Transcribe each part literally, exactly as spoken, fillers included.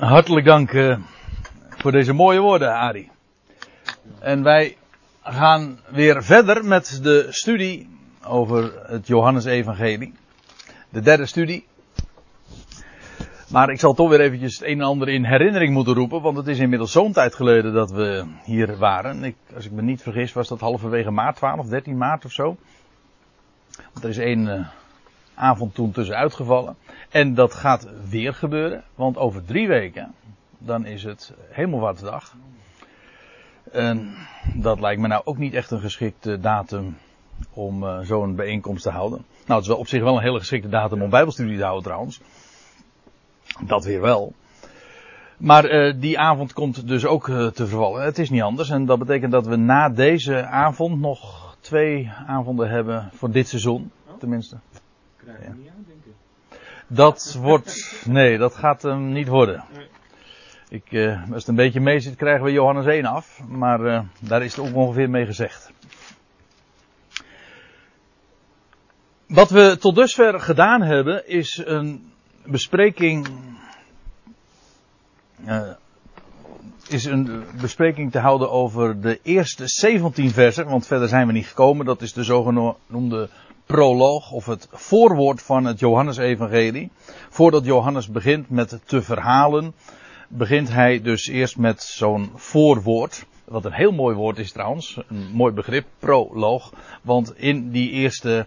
Hartelijk dank uh, voor deze mooie woorden, Arie. En wij gaan weer verder met de studie over het Johannesevangelie. De derde studie. Maar ik zal toch weer eventjes het een en ander in herinnering moeten roepen, want het is inmiddels zo'n tijd geleden dat we hier waren. Ik, als ik me niet vergis was dat halverwege maart, twaalf, dertien maart of zo. Want er is één uh, avond toen tussenuit gevallen. En dat gaat weer gebeuren, want over drie weken, dan is het Hemelvaartsdag. En dat lijkt me nou ook niet echt een geschikte datum om uh, zo'n bijeenkomst te houden. Nou, het is wel op zich wel een hele geschikte datum om bijbelstudie te houden trouwens. Dat weer wel. Maar uh, die avond komt dus ook uh, te vervallen. Het is niet anders en dat betekent dat we na deze avond nog twee avonden hebben voor dit seizoen. Oh? Tenminste. Krijg je ja. niet aan, denk ik. Dat wordt... Nee, dat gaat hem niet worden. Nee. Ik, uh, als het een beetje mee zit, krijgen we Johannes één af. Maar uh, daar is het ook ongeveer mee gezegd. Wat we tot dusver gedaan hebben, is een bespreking... Uh, is een bespreking te houden over de eerste zeventien versen. Want verder zijn we niet gekomen. Dat is de zogenoemde proloog of het voorwoord van het Johannesevangelie. Voordat Johannes begint met te verhalen, begint hij dus eerst met zo'n voorwoord. Wat een heel mooi woord is trouwens. Een mooi begrip, proloog. Want in die eerste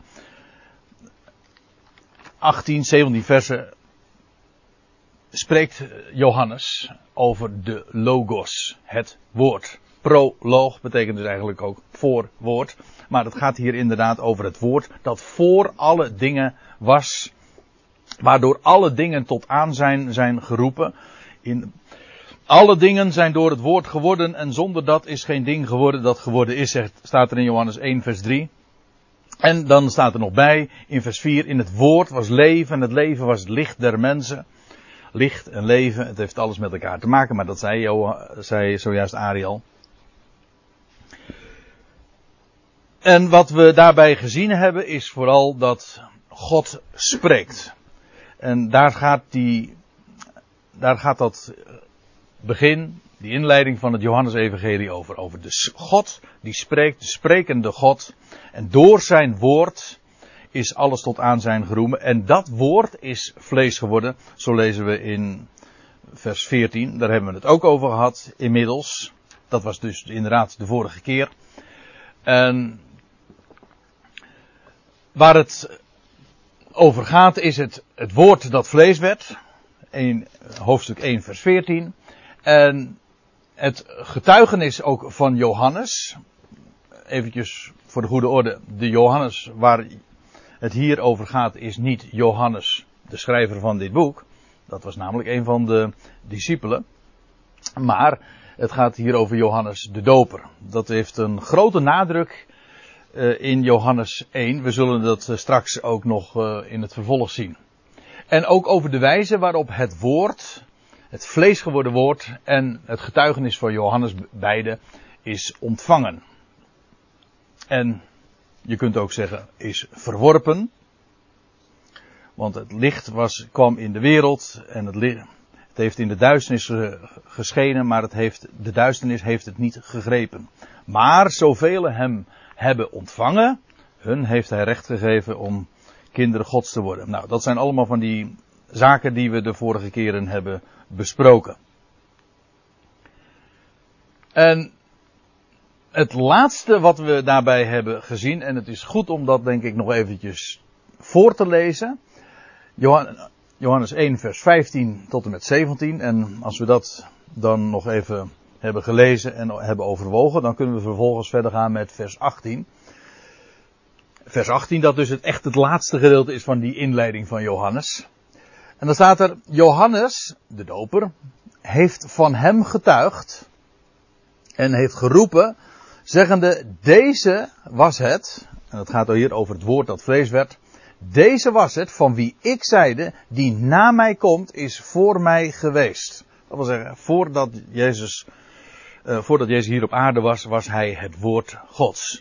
achttien, zeventien versen spreekt Johannes over de logos, het woord. Proloog betekent dus eigenlijk ook voorwoord. Maar het gaat hier inderdaad over het woord dat voor alle dingen was. Waardoor alle dingen tot aan zijn, zijn geroepen. In, alle dingen zijn door het woord geworden en zonder dat is geen ding geworden dat geworden is, zegt, staat er in Johannes één vers drie. En dan staat er nog bij in vers vier, in het woord was leven en het leven was het licht der mensen. Licht en leven, het heeft alles met elkaar te maken, maar dat zei, Jo, zei zojuist Ariel. En wat we daarbij gezien hebben is vooral dat God spreekt. En daar gaat die, daar gaat dat begin, die inleiding van het Johannesevangelie over. Over de God die spreekt, de sprekende God. En door zijn woord is alles tot aan zijn geroemen. En dat woord is vlees geworden. Zo lezen we in vers veertien. Daar hebben we het ook over gehad inmiddels. Dat was dus inderdaad de vorige keer. En waar het over gaat is het, het woord dat vlees werd. In hoofdstuk één vers veertien. En het getuigenis ook van Johannes. Eventjes voor de goede orde. De Johannes waar het hier over gaat is niet Johannes, de schrijver van dit boek. Dat was namelijk een van de discipelen. Maar het gaat hier over Johannes de Doper. Dat heeft een grote nadruk uh, in Johannes één. We zullen dat uh, straks ook nog uh, in het vervolg zien. En ook over de wijze waarop het woord, het vlees geworden woord en het getuigenis van Johannes beide is ontvangen. En je kunt ook zeggen, is verworpen. Want het licht was, kwam in de wereld en het, licht, het heeft in de duisternis geschenen, maar het heeft, de duisternis heeft het niet gegrepen. Maar zoveel hem hebben ontvangen, hun heeft hij recht gegeven om kinderen Gods te worden. Nou, dat zijn allemaal van die zaken die we de vorige keren hebben besproken. En het laatste wat we daarbij hebben gezien, en het is goed om dat denk ik nog eventjes voor te lezen. Johannes één vers vijftien tot en met zeventien. En als we dat dan nog even hebben gelezen en hebben overwogen, dan kunnen we vervolgens verder gaan met vers achttien. Vers achttien, dat dus het echt het laatste gedeelte is van die inleiding van Johannes. En dan staat er, Johannes, de doper, heeft van hem getuigd en heeft geroepen, zeggende, deze was het, en het gaat hier over het woord dat vlees werd, deze was het van wie ik zeide, die na mij komt, is voor mij geweest. Dat wil zeggen, voordat Jezus, uh, voordat Jezus hier op aarde was, was hij het woord Gods.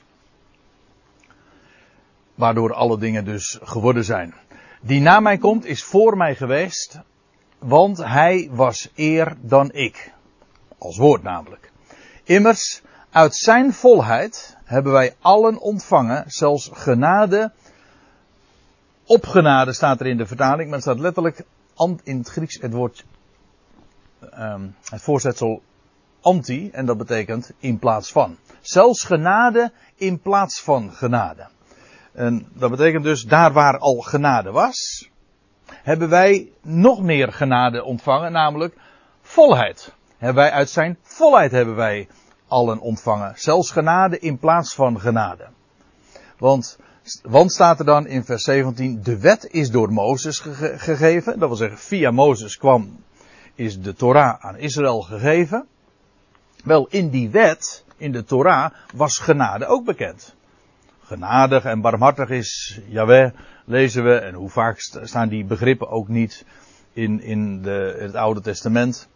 Waardoor alle dingen dus geworden zijn. Die na mij komt, is voor mij geweest, want hij was eer dan ik. Als woord namelijk. Immers, uit zijn volheid hebben wij allen ontvangen, zelfs genade. Op genade staat er in de vertaling, maar het staat letterlijk in het Grieks het woord, um, het voorzetsel anti, en dat betekent in plaats van. Zelfs genade in plaats van genade. En dat betekent dus, daar waar al genade was, hebben wij nog meer genade ontvangen, namelijk volheid. Hebben wij uit zijn volheid hebben wij allen ontvangen. Zelfs genade in plaats van genade. Want, want staat er dan in vers zeventien, de wet is door Mozes ge- gegeven. Dat wil zeggen, via Mozes kwam, is de Torah aan Israël gegeven. Wel, in die wet, in de Torah, was genade ook bekend. Genadig en barmhartig is Jahweh, lezen we. En hoe vaak staan die begrippen ook niet in, in, de, in het Oude Testament.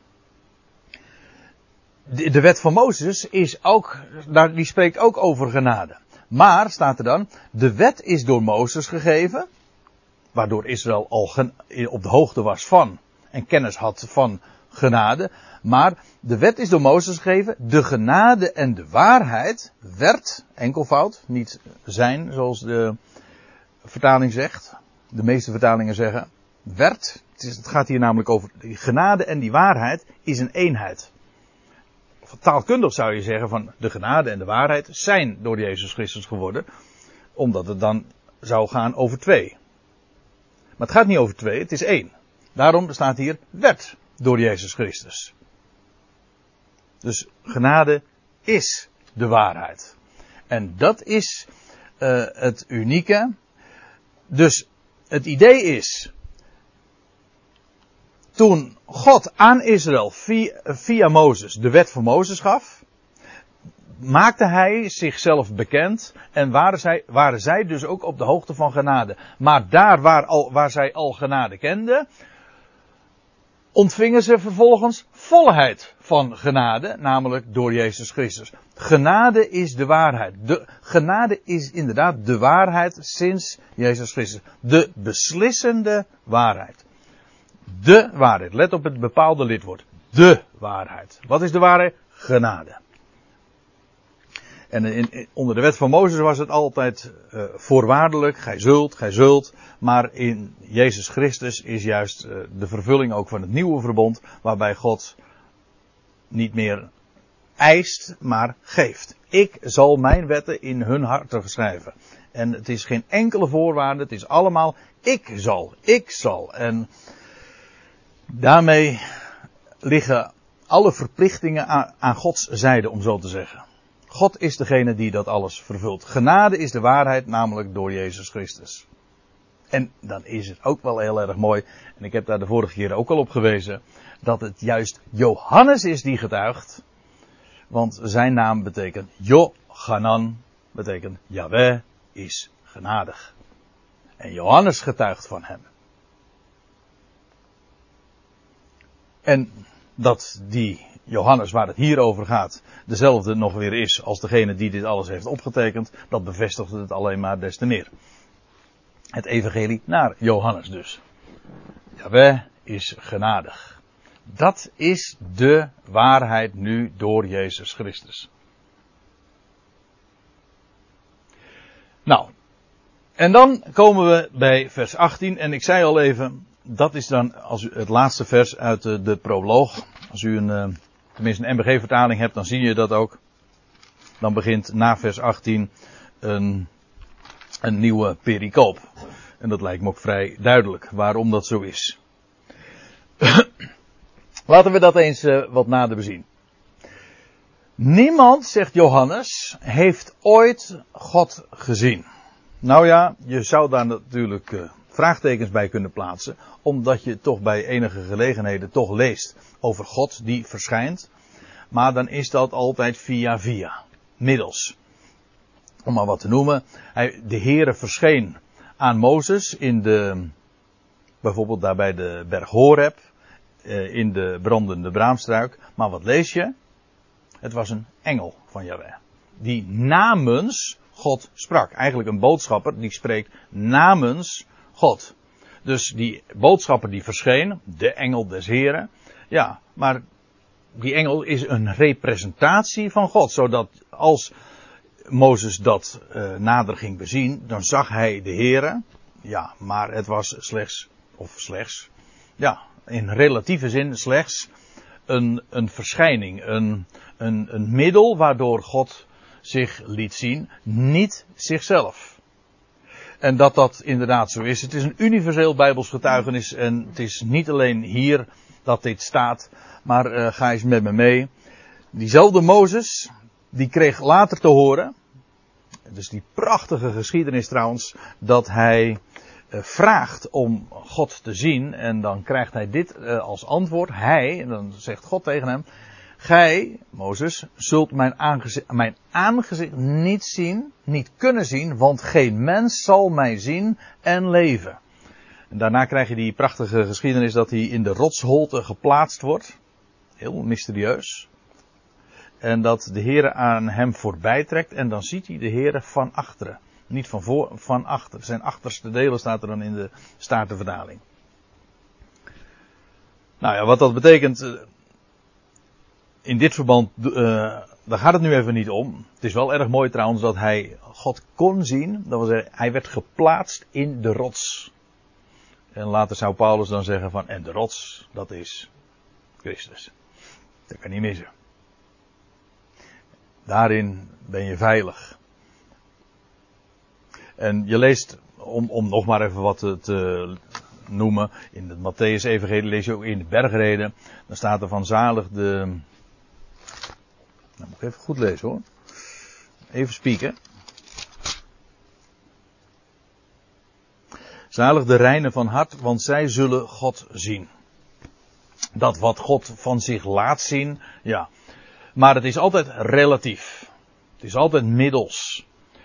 De, de wet van Mozes is ook, die spreekt ook over genade. Maar, staat er dan, de wet is door Mozes gegeven, waardoor Israël al gen, op de hoogte was van en kennis had van genade. Maar de wet is door Mozes gegeven, de genade en de waarheid werd, enkelvoud, niet zijn, zoals de vertaling zegt. De meeste vertalingen zeggen, werd. Het, is, het gaat hier namelijk over die genade en die waarheid is een eenheid. Taalkundig zou je zeggen van de genade en de waarheid zijn door Jezus Christus geworden. Omdat het dan zou gaan over twee. Maar het gaat niet over twee, het is één. Daarom staat hier werd door Jezus Christus. Dus genade is de waarheid. En dat is uh, het unieke. Dus het idee is, toen God aan Israël via, via Mozes de wet van Mozes gaf, maakte hij zichzelf bekend en waren zij, waren zij dus ook op de hoogte van genade. Maar daar waar, al, waar zij al genade kenden, ontvingen ze vervolgens volheid van genade, namelijk door Jezus Christus. Genade is de waarheid. De genade is inderdaad de waarheid sinds Jezus Christus. De beslissende waarheid. De waarheid. Let op het bepaalde lidwoord. De waarheid. Wat is de waarheid? Genade. En in, in, onder de wet van Mozes was het altijd uh, voorwaardelijk. Gij zult, gij zult. Maar in Jezus Christus is juist uh, de vervulling ook van het nieuwe verbond. Waarbij God niet meer eist, maar geeft. Ik zal mijn wetten in hun harten schrijven. En het is geen enkele voorwaarde. Het is allemaal ik zal, ik zal. En daarmee liggen alle verplichtingen aan, aan Gods zijde, om zo te zeggen. God is degene die dat alles vervult. Genade is de waarheid, namelijk door Jezus Christus. En dan is het ook wel heel erg mooi, en ik heb daar de vorige keer ook al op gewezen, dat het juist Johannes is die getuigt. Want zijn naam betekent Jochanan, betekent Jahweh is genadig. En Johannes getuigt van hem. En dat die Johannes, waar het hier over gaat, dezelfde nog weer is als degene die dit alles heeft opgetekend, dat bevestigt het alleen maar des te meer. Het evangelie naar Johannes dus. Jahweh is genadig. Dat is de waarheid nu door Jezus Christus. Nou, en dan komen we bij vers achttien, en ik zei al even, dat is dan als u het laatste vers uit de, de proloog. Als u een, tenminste een M B G-vertaling hebt, dan zie je dat ook. Dan begint na vers achttien een, een nieuwe pericoop. En dat lijkt me ook vrij duidelijk waarom dat zo is. Laten we dat eens uh, wat nader bezien. Niemand, zegt Johannes, heeft ooit God gezien. Nou ja, je zou daar natuurlijk uh, vraagtekens bij kunnen plaatsen, omdat je toch bij enige gelegenheden toch leest over God die verschijnt. Maar dan is dat altijd via via, middels. Om maar wat te noemen, hij, de Heere verscheen aan Mozes in de, bijvoorbeeld daar bij de berg Horeb, uh, in de brandende braamstruik. Maar wat lees je? Het was een engel van Jahweh, die namens God sprak. Eigenlijk een boodschapper die spreekt namens God. Dus die boodschapper die verscheen, de engel des Heren. Ja, maar die engel is een representatie van God. Zodat als Mozes dat uh, nader ging bezien, dan zag hij de Heren. Ja, maar het was slechts, of slechts, ja, in relatieve zin slechts een, een verschijning. Een, een, een middel waardoor God zich liet zien, niet zichzelf. En dat dat inderdaad zo is. Het is een universeel Bijbels getuigenis en het is niet alleen hier dat dit staat, maar uh, ga eens met me mee. Diezelfde Mozes, die kreeg later te horen, dus die prachtige geschiedenis trouwens, dat hij uh, vraagt om God te zien en dan krijgt hij dit uh, als antwoord. Hij, en dan zegt God tegen hem, gij, Mozes, zult mijn aangezicht, mijn aangezicht niet zien, niet kunnen zien, want geen mens zal mij zien en leven. En daarna krijg je die prachtige geschiedenis dat hij in de rotsholte geplaatst wordt. Heel mysterieus. En dat de Heere aan hem voorbij trekt en dan ziet hij de Heere van achteren. Niet van voor, van achter. Zijn achterste delen staat er dan in de Statenvertaling. Nou ja, wat dat betekent, in dit verband, uh, daar gaat het nu even niet om. Het is wel erg mooi trouwens dat hij God kon zien. Dat wil zeggen, hij werd geplaatst in de rots. En later zou Paulus dan zeggen van, en de rots, dat is Christus. Dat kan niet missen. Daarin ben je veilig. En je leest, om, om nog maar even wat te, te noemen, in het Mattheüs-evangelie lees je ook in de bergreden. Dan staat er van zalig de... Nou moet ik even goed lezen hoor. Even spieken. Zalig de reinen van hart, want zij zullen God zien. Dat wat God van zich laat zien, ja. Maar het is altijd relatief. Het is altijd middels.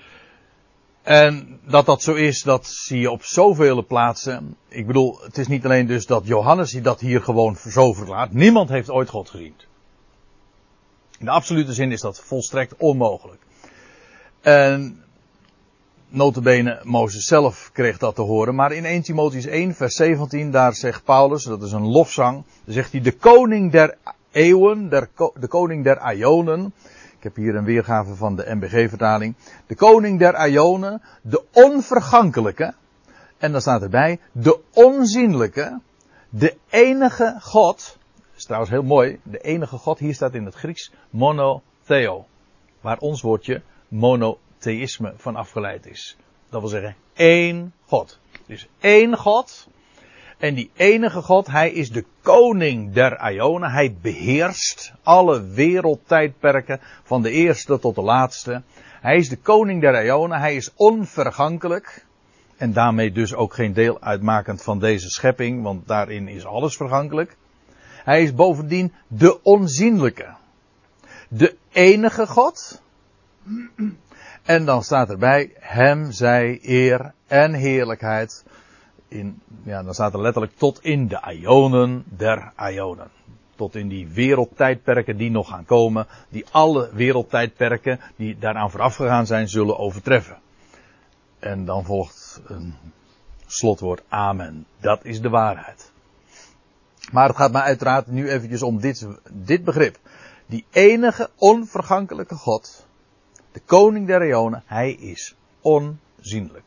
En dat dat zo is, dat zie je op zoveel plaatsen. Ik bedoel, het is niet alleen dus dat Johannes dat hier gewoon zo verklaart. Niemand heeft ooit God gezien. In de absolute zin is dat volstrekt onmogelijk. En nota bene, Mozes zelf kreeg dat te horen. Maar in eerste Timotheüs één vers zeventien, daar zegt Paulus, dat is een lofzang. Daar zegt hij, de koning der eeuwen, der, de koning der aionen. Ik heb hier een weergave van de N B G-vertaling. De koning der aionen, de onvergankelijke. En dan staat erbij, de onzienlijke, de enige God. Dat is trouwens heel mooi, de enige God, hier staat in het Grieks monotheo. Waar ons woordje monotheïsme van afgeleid is. Dat wil zeggen, één God. Dus één God. En die enige God, hij is de koning der aionen. Hij beheerst alle wereldtijdperken van de eerste tot de laatste. Hij is de koning der aionen. Hij is onvergankelijk. En daarmee dus ook geen deel uitmakend van deze schepping, want daarin is alles vergankelijk. Hij is bovendien de onzienlijke. De enige God. En dan staat erbij, hem zij eer en heerlijkheid. In, ja, dan staat er letterlijk tot in de aionen der aionen. Tot in die wereldtijdperken die nog gaan komen. Die alle wereldtijdperken die daaraan vooraf gegaan zijn zullen overtreffen. En dan volgt een slotwoord amen. Dat is de waarheid. Maar het gaat mij uiteraard nu eventjes om dit, dit begrip. Die enige onvergankelijke God. De koning der aionen. Hij is onzienlijk.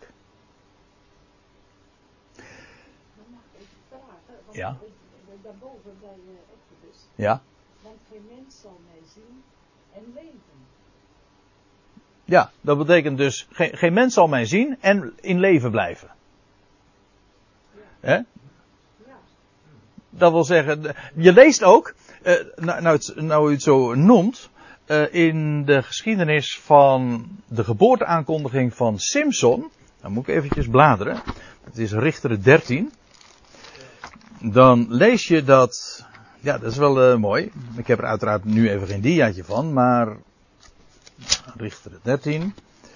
Ja. Daarboven bij Exodus. Ja. Want geen mens zal mij zien en leven. Ja, dat betekent dus, geen, geen mens zal mij zien en in leven blijven. Ja. Hè? Ja. Dat wil zeggen, je leest ook, uh, nou, nou, het, nou u het zo noemt, uh, in de geschiedenis van de geboorteaankondiging van Simson, dan moet ik eventjes bladeren, het is Richteren dertien. Dan lees je dat, ja dat is wel uh, mooi, ik heb er uiteraard nu even geen diaatje van, maar Richteren dertien.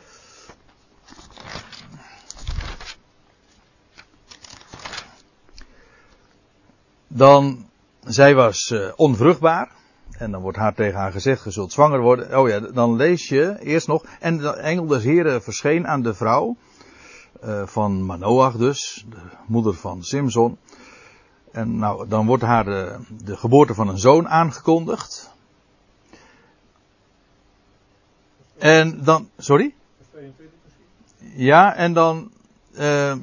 Dan, zij was uh, onvruchtbaar, en dan wordt haar tegen haar gezegd, je zult zwanger worden. Oh ja, dan lees je eerst nog, en de engel des Heren verscheen aan de vrouw, uh, van Manoach dus, de moeder van Simson. En nou, dan wordt haar de, de geboorte van een zoon aangekondigd. En dan, sorry? tweeëntwintig misschien? Ja, en dan... Uh,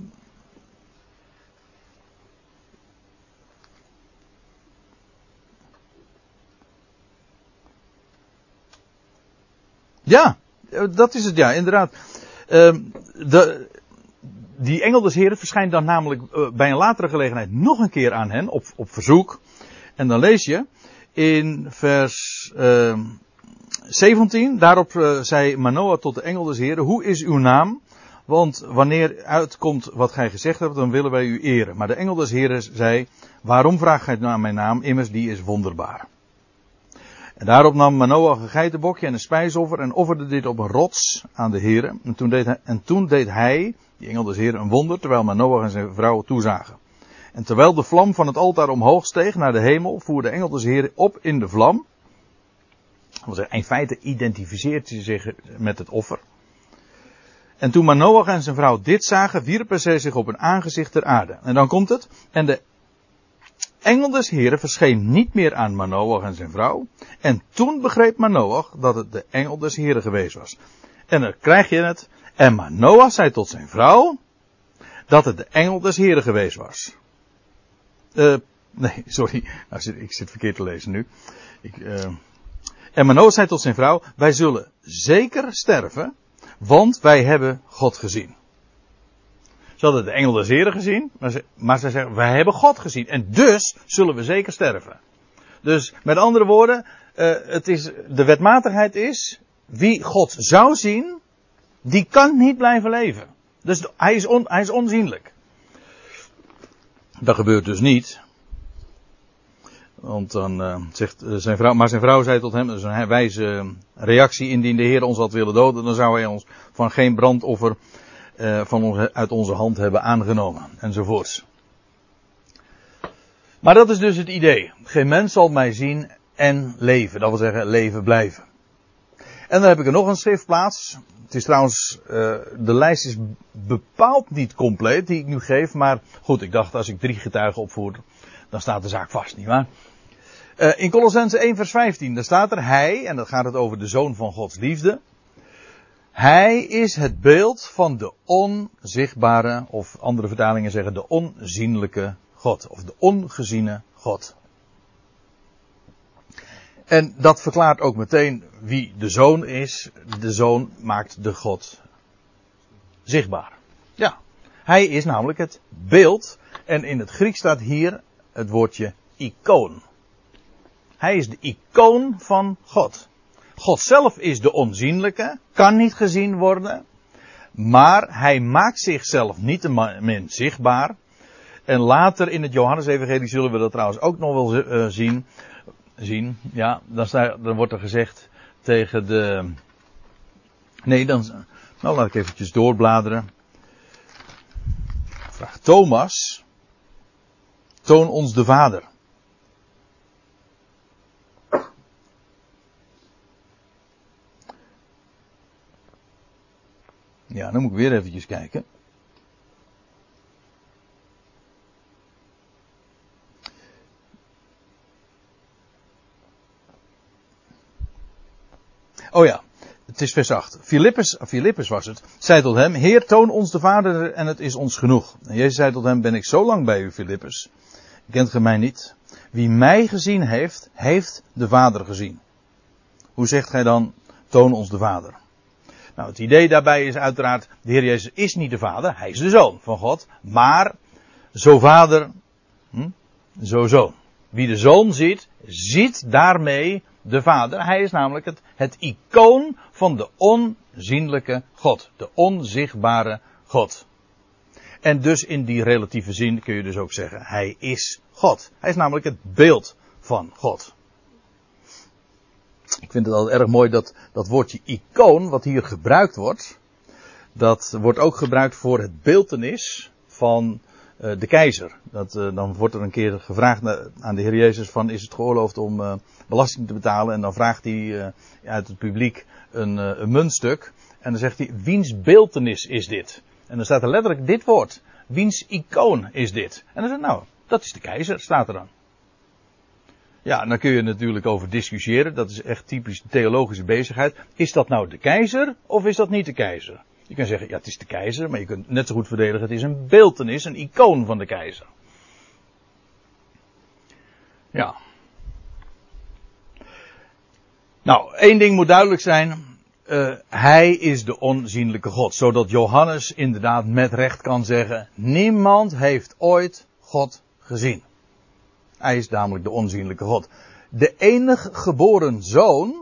ja, dat is het, ja, inderdaad. Uh, de, die engel des Heren verschijnt dan namelijk uh, bij een latere gelegenheid nog een keer aan hen, op, op verzoek. En dan lees je in vers uh, zeventien, daarop uh, zei Manoach tot de engel des Heren, hoe is uw naam? Want wanneer uitkomt wat gij gezegd hebt, dan willen wij u eren. Maar de engel des Heren zei, waarom vraagt gij naar mijn naam? Immers die is wonderbaar. En daarop nam Manoach een geitenbokje en een spijsoffer en offerde dit op een rots aan de Heere. En toen deed hij, en toen deed hij die engel des Heren, een wonder, terwijl Manoach en zijn vrouw toezagen. En terwijl de vlam van het altaar omhoog steeg naar de hemel, voer de engel des Heren op in de vlam. In feite identificeert hij zich met het offer. En toen Manoach en zijn vrouw dit zagen, wierpen zij zich op hun aangezicht ter aarde. En dan komt het. En de engel des Heren verscheen niet meer aan Manoach en zijn vrouw. En toen begreep Manoach dat het de engel des Heren geweest was. En dan krijg je het. En Manoach zei tot zijn vrouw dat het de engel des Heren geweest was. Uh, nee, sorry. Nou, ik zit verkeerd te lezen nu. Ik, uh... En Manoach zei tot zijn vrouw, wij zullen zeker sterven, want wij hebben God gezien. Ze hadden de engel des Heren gezien, maar, ze, maar zij zeggen, wij hebben God gezien. En dus zullen we zeker sterven. Dus met andere woorden, uh, het is, de wetmatigheid is, wie God zou zien, die kan niet blijven leven. Dus hij is, on, hij is onzienlijk. Dat gebeurt dus niet. Want dan uh, zegt uh, zijn vrouw, maar zijn vrouw zei tot hem, dat is een wijze reactie, indien de Heer ons had willen doden, dan zou hij ons van geen brandoffer uh, van ons, uit onze hand hebben aangenomen, enzovoorts. Maar dat is dus het idee. Geen mens zal mij zien en leven, dat wil zeggen leven blijven. En dan heb ik er nog een schriftplaats. Het is trouwens, uh, de lijst is bepaald niet compleet die ik nu geef, maar goed, ik dacht als ik drie getuigen opvoer, dan staat de zaak vast, nietwaar? Uh, in Kolossenzen één vers vijftien, daar staat er hij, en dan gaat het over de zoon van Gods liefde. Hij is het beeld van de onzichtbare, of andere vertalingen zeggen de onzienlijke God, of de ongeziene God. En dat verklaart ook meteen wie de zoon is. De zoon maakt de God zichtbaar. Ja, hij is namelijk het beeld, en in het Grieks staat hier het woordje icoon. Hij is de icoon van God. God zelf is de onzienlijke, kan niet gezien worden, maar hij maakt zichzelf niettemin zichtbaar. En later in het Johannesevangelie zullen we dat trouwens ook nog wel uh, zien. zien. Ja, dan, sta, dan wordt er gezegd tegen de... Nee, dan... Nou, laat ik eventjes doorbladeren. Vraagt Thomas. Toon ons de Vader. Ja, dan moet ik weer eventjes kijken. Oh ja, het is vers acht. Filippus, Filippus was het, zei tot hem, Heer, toon ons de Vader en het is ons genoeg. En Jezus zei tot hem, ben ik zo lang bij u, Filippus? Kent ge mij niet? Wie mij gezien heeft, heeft de Vader gezien. Hoe zegt gij dan, toon ons de Vader? Nou, het idee daarbij is uiteraard, de Heer Jezus is niet de Vader, hij is de Zoon van God, maar zo Vader, hm, zo Zoon. Wie de Zoon ziet, ziet daarmee de Vader. Hij is namelijk het, het icoon van de onzienlijke God, de onzichtbare God. En dus in die relatieve zin kun je dus ook zeggen, hij is God. Hij is namelijk het beeld van God. Ik vind het altijd erg mooi dat dat woordje icoon, wat hier gebruikt wordt, dat wordt ook gebruikt voor het beeltenis van uh, de keizer. Dat, uh, dan wordt er een keer gevraagd aan de Heer Jezus van, is het geoorloofd om uh, belasting te betalen? En dan vraagt hij uh, uit het publiek een, uh, een muntstuk. En dan zegt hij, wiens beeltenis is dit? En dan staat er letterlijk dit woord. Wiens icoon is dit? En dan zegt nou, dat is de keizer, staat er dan. Ja, en dan kun je natuurlijk over discussiëren. Dat is echt typisch theologische bezigheid. Is dat nou de keizer of is dat niet de keizer? Je kan zeggen, ja, het is de keizer, maar je kunt net zo goed verdedigen. Het is een beeltenis, een icoon van de keizer. Ja. Nou, één ding moet duidelijk zijn. Uh, hij is de onzienlijke God. Zodat Johannes inderdaad met recht kan zeggen, niemand heeft ooit God gezien. Hij is namelijk de onzienlijke God. De enige geboren zoon,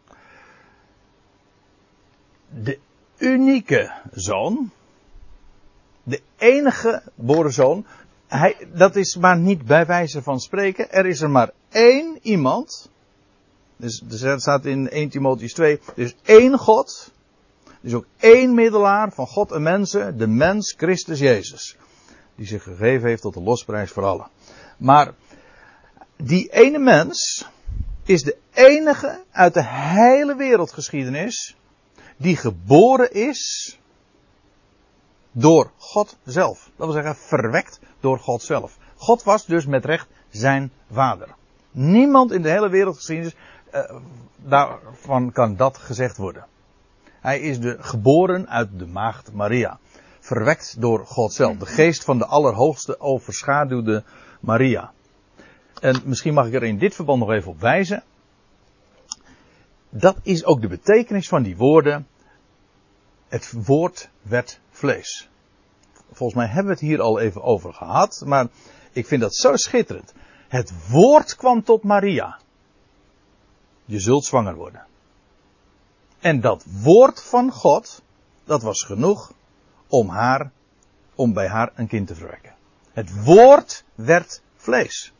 de unieke zoon, de enige geboren zoon, hij, dat is maar niet bij wijze van spreken. Er is er maar één iemand. Dus er staat in Eerste Timotheüs twee, er is één God. Er is ook één middelaar van God en mensen, de mens Christus Jezus. Die zich gegeven heeft tot de losprijs voor allen. Maar die ene mens is de enige uit de hele wereldgeschiedenis die geboren is door God zelf. Dat wil zeggen, verwekt door God zelf. God was dus met recht zijn vader. Niemand in de hele wereldgeschiedenis, uh, daarvan kan dat gezegd worden. Hij is de geboren uit de maagd Maria. Verwekt door God zelf. De geest van de Allerhoogste overschaduwde Maria. En misschien mag ik er in dit verband nog even op wijzen. Dat is ook de betekenis van die woorden. Het woord werd vlees. Volgens mij hebben we het hier al even over gehad. Maar ik vind dat zo schitterend. Het woord kwam tot Maria. Je zult zwanger worden. En dat woord van God, dat was genoeg om haar, om bij haar een kind te verwekken. Het woord werd vlees.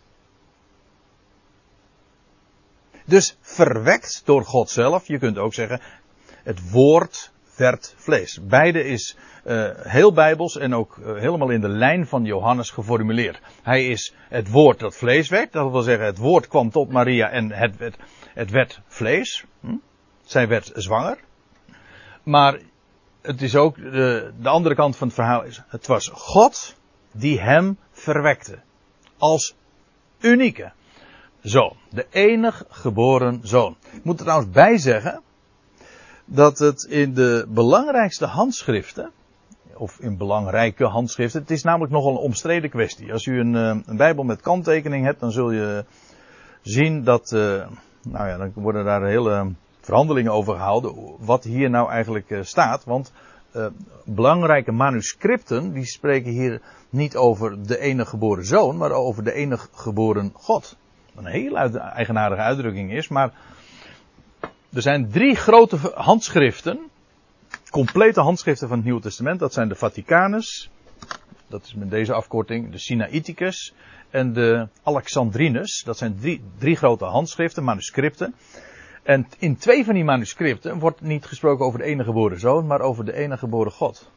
Dus verwekt door God zelf. Je kunt ook zeggen, het woord werd vlees. Beide is uh, heel bijbels en ook uh, helemaal in de lijn van Johannes geformuleerd. Hij is het woord dat vlees werd. Dat wil zeggen, het woord kwam tot Maria en het, het, het werd vlees. Hm? Zij werd zwanger. Maar het is ook, de, de andere kant van het verhaal is, het was God die hem verwekte. Als unieke zoon. De enig geboren zoon. Ik moet er trouwens bij zeggen dat het in de belangrijkste handschriften, of in belangrijke handschriften, het is namelijk nogal een omstreden kwestie. Als u een, een Bijbel met kanttekening hebt, dan zul je zien dat, uh, nou ja, dan worden daar hele verhandelingen over gehouden, wat hier nou eigenlijk uh, staat. Want uh, belangrijke manuscripten, die spreken hier niet over de enige geboren zoon, maar over de enige geboren God. Wat een heel uit, eigenaardige uitdrukking is, maar er zijn drie grote handschriften, complete handschriften van het Nieuwe Testament. Dat zijn de Vaticanus, dat is met deze afkorting, de Sinaiticus en de Alexandrinus. Dat zijn drie, drie grote handschriften, manuscripten. En in twee van die manuscripten wordt niet gesproken over de enige geboren zoon, maar over de enige geboren God.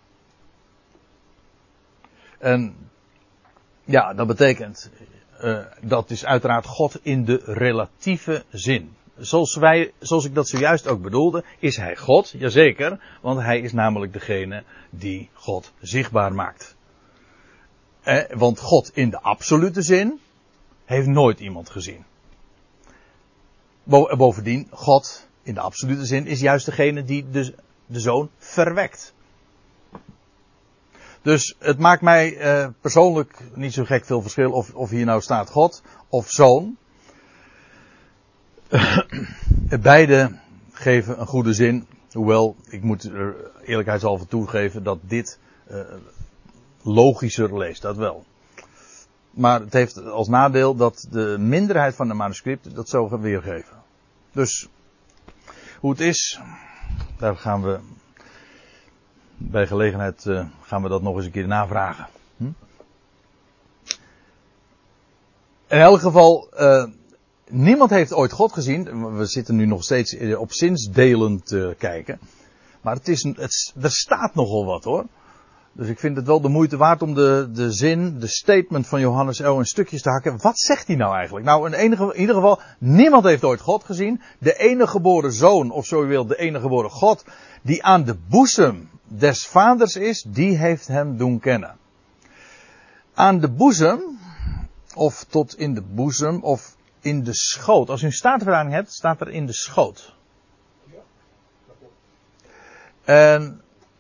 En ja, dat betekent, uh, dat is uiteraard God in de relatieve zin. Zoals wij, zoals ik dat zojuist ook bedoelde, is hij God, jazeker, want hij is namelijk degene die God zichtbaar maakt. Eh, want God in de absolute zin heeft nooit iemand gezien. Bovendien, God in de absolute zin is juist degene die de, de zoon verwekt. Dus het maakt mij eh, persoonlijk niet zo gek veel verschil of, of hier nou staat God of zoon. Beide geven een goede zin. Hoewel, ik moet er eerlijkheidshalve toegeven dat dit uh, logischer leest, dat wel. Maar het heeft als nadeel dat de minderheid van de manuscripten dat zo weergeven. Dus, hoe het is, daar gaan we bij gelegenheid uh, gaan we dat nog eens een keer navragen. Hm? In elk geval, uh, niemand heeft ooit God gezien. We zitten nu nog steeds op zinsdelen te kijken. Maar het is, het, er staat nogal wat hoor. Dus ik vind het wel de moeite waard om de, de zin, de statement van Johannes L. in stukjes te hakken. Wat zegt hij nou eigenlijk? Nou, in, enige, in ieder geval, niemand heeft ooit God gezien. De enige geboren zoon, of zo u wilt, de enige geboren God, die aan de boezem des vaders is, die heeft hem doen kennen. Aan de boezem, of tot in de boezem, of in de schoot. Als u een statenvertaling hebt, staat er in de schoot. En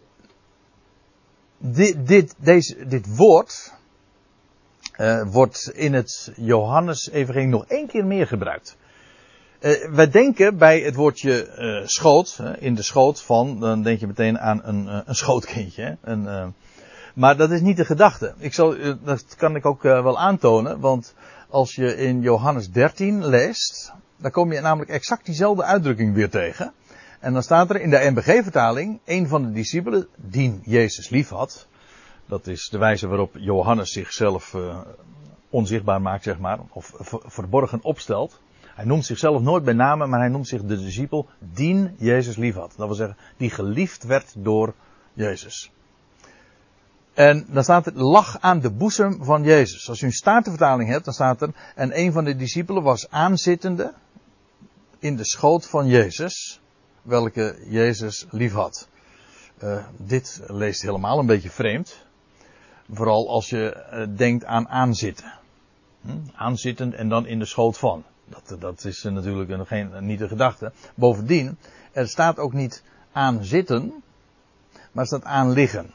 dit, dit, deze, dit woord uh, wordt in het Johannes-evangelie nog één keer meer gebruikt. Uh, wij denken bij het woordje uh, schoot, uh, in de schoot van, dan denk je meteen aan een, uh, een schootkindje. Hè? Een, uh, maar dat is niet de gedachte. Ik zal, uh, dat kan ik ook uh, wel aantonen, want als je in Johannes dertien leest, dan kom je namelijk exact diezelfde uitdrukking weer tegen. En dan staat er in de N B G-vertaling, een van de discipelen die Jezus lief had. Dat is de wijze waarop Johannes zichzelf uh, onzichtbaar maakt, zeg maar, of v- verborgen opstelt. Hij noemt zichzelf nooit bij name, maar hij noemt zich de discipel die Jezus lief had. Dat wil zeggen, die geliefd werd door Jezus. En dan staat er, lag aan de boezem van Jezus. Als u een statenvertaling hebt, dan staat er, en een van de discipelen was aanzittende in de schoot van Jezus, welke Jezus lief had. Uh, dit leest helemaal een beetje vreemd. Vooral als je uh, denkt aan aanzitten. Hm? Aanzittend en dan in de schoot van. Dat, dat is uh, natuurlijk uh, geen, uh, niet de gedachte. Bovendien, er staat ook niet aan zitten, maar er staat aan liggen.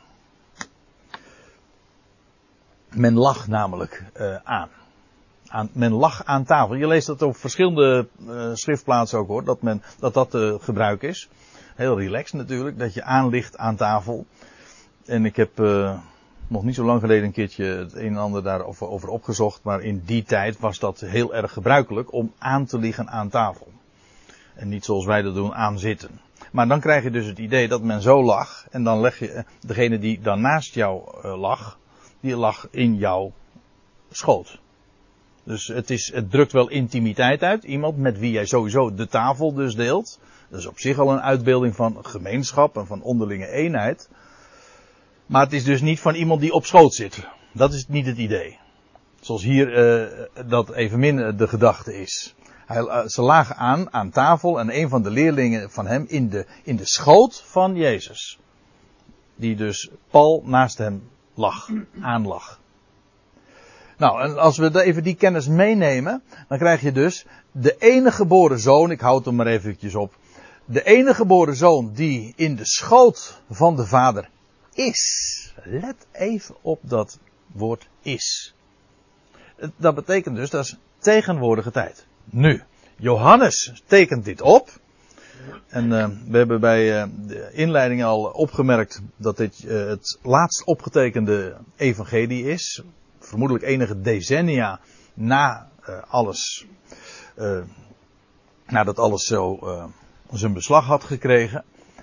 Men lag namelijk uh, aan. aan. Men lag aan tafel. Je leest dat op verschillende uh, schriftplaatsen ook hoor, dat men, dat, dat uh, gebruik is. Heel relaxed natuurlijk, dat je aanligt aan tafel. En ik heb uh, nog niet zo lang geleden een keertje het een en ander daarover over opgezocht. Maar in die tijd was dat heel erg gebruikelijk om aan te liggen aan tafel. En niet zoals wij dat doen, aan zitten. Maar dan krijg je dus het idee dat men zo lag. En dan leg je, degene die dan naast jou uh, lag, die lag in jouw schoot. Dus het, is, het drukt wel intimiteit uit. Iemand met wie jij sowieso de tafel dus deelt. Dat is op zich al een uitbeelding van gemeenschap en van onderlinge eenheid. Maar het is dus niet van iemand die op schoot zit. Dat is niet het idee. Zoals hier uh, dat evenmin de gedachte is. Hij, uh, ze lagen aan, aan tafel en een van de leerlingen van hem in de, in de schoot van Jezus. Die dus pal naast hem lag, aanlag. Nou, en als we even die kennis meenemen, dan krijg je dus de enige geboren zoon, ik houd hem maar eventjes op. De enige geboren zoon die in de schoot van de vader is. Let even op dat woord is. Dat betekent dus, dat is tegenwoordige tijd. Nu, Johannes tekent dit op. En uh, we hebben bij uh, de inleiding al opgemerkt dat dit uh, het laatst opgetekende evangelie is. Vermoedelijk enige decennia na uh, alles, uh, nadat alles zo uh, zijn beslag had gekregen.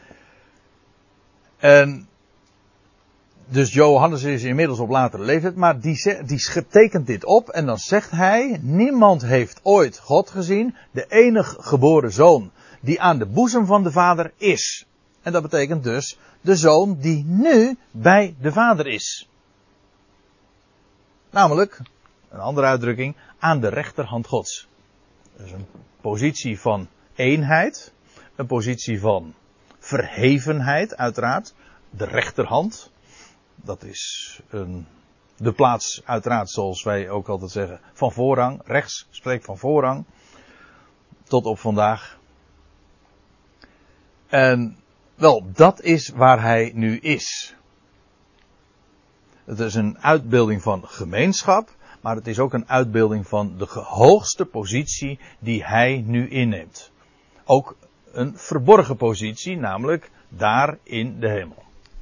En dus Johannes is inmiddels op latere leeftijd, maar die, die tekent dit op en dan zegt hij, niemand heeft ooit God gezien, de enige geboren zoon die aan de boezem van de vader is. En dat betekent dus de zoon die nu bij de vader is. Namelijk, een andere uitdrukking, aan de rechterhand Gods. Dus een positie van eenheid, een positie van verhevenheid uiteraard, de rechterhand. Dat is een, de plaats uiteraard zoals wij ook altijd zeggen van voorrang. Rechts spreekt van voorrang. Tot op vandaag. En wel, dat is waar hij nu is. Het is een uitbeelding van gemeenschap. Maar het is ook een uitbeelding van de hoogste positie die hij nu inneemt. Ook een verborgen positie, namelijk daar in de hemel.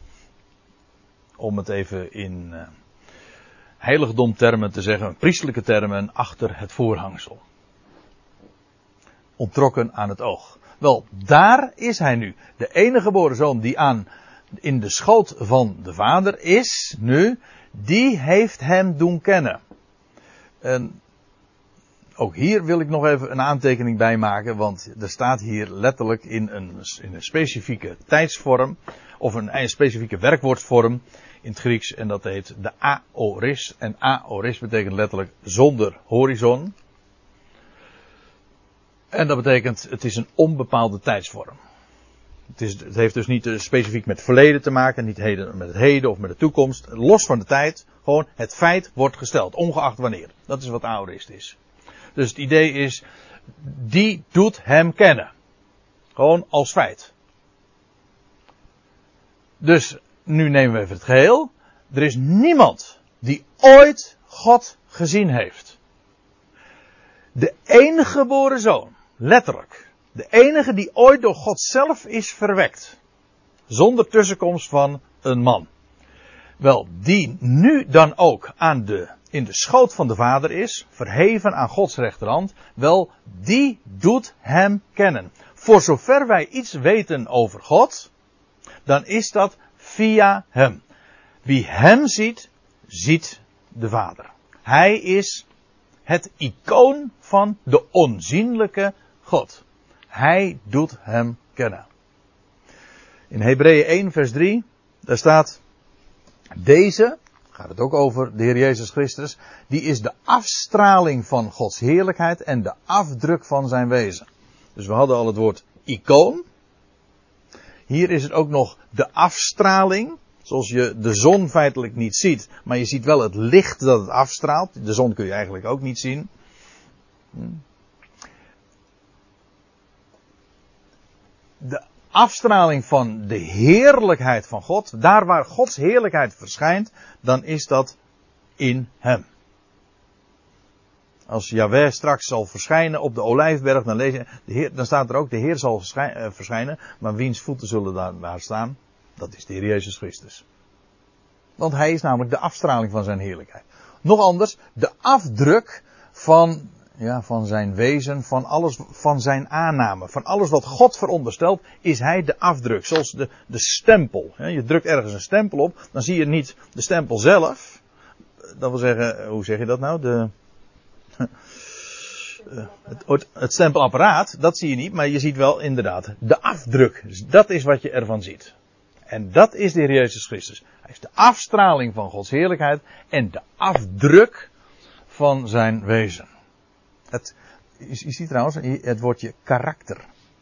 Om het even in uh, heiligdomtermen te zeggen, priestelijke termen, achter het voorhangsel. Onttrokken aan het oog. Wel, daar is hij nu. De enige geboren zoon die aan in de schoot van de vader is, nu, die heeft hem doen kennen. En ook hier wil ik nog even een aantekening bij maken, want er staat hier letterlijk in een, in een specifieke tijdsvorm, of een, een specifieke werkwoordvorm in het Grieks, en dat heet de aoris. En aoris betekent letterlijk zonder horizon. En dat betekent, het is een onbepaalde tijdsvorm. Het, is, het heeft dus niet specifiek met het verleden te maken, niet heden, met het heden of met de toekomst. Los van de tijd, gewoon het feit wordt gesteld, ongeacht wanneer. Dat is wat aorist is. Dus het idee is, die doet hem kennen. Gewoon als feit. Dus, nu nemen we even het geheel. Er is niemand die ooit God gezien heeft. De enige geboren zoon, letterlijk. De enige die ooit door God zelf is verwekt. Zonder tussenkomst van een man. Wel, die nu dan ook aan de, in de schoot van de Vader is, verheven aan Gods rechterhand, wel, die doet hem kennen. Voor zover wij iets weten over God, dan is dat via hem. Wie hem ziet, ziet de Vader. Hij is het icoon van de onzienlijke God. Hij doet hem kennen. In Hebreeën één vers drie, daar staat, deze, gaat het ook over de Heer Jezus Christus, die is de afstraling van Gods heerlijkheid en de afdruk van zijn wezen. Dus we hadden al het woord icoon. Hier is het ook nog de afstraling. Zoals je de zon feitelijk niet ziet, maar je ziet wel het licht dat het afstraalt. De zon kun je eigenlijk ook niet zien. De afstraling van de heerlijkheid van God, daar waar Gods heerlijkheid verschijnt, dan is dat in hem. Als Yahweh straks zal verschijnen op de Olijfberg, dan, lees je, de Heer, dan staat er ook, de Heer zal verschijnen, maar wiens voeten zullen daar, daar staan? Dat is de Heer Jezus Christus. Want hij is namelijk de afstraling van zijn heerlijkheid. Nog anders, de afdruk van, ja, van zijn wezen, van alles, van zijn aanname. Van alles wat God veronderstelt, is hij de afdruk. Zoals de, de stempel. Je drukt ergens een stempel op, dan zie je niet de stempel zelf. Dat wil zeggen, hoe zeg je dat nou? De, het, het stempelapparaat, dat zie je niet, maar je ziet wel inderdaad de afdruk. Dus dat is wat je ervan ziet. En dat is de Heer Jezus Christus. Hij is de afstraling van Gods heerlijkheid en de afdruk van zijn wezen. Het, je, je ziet trouwens het woordje karakter.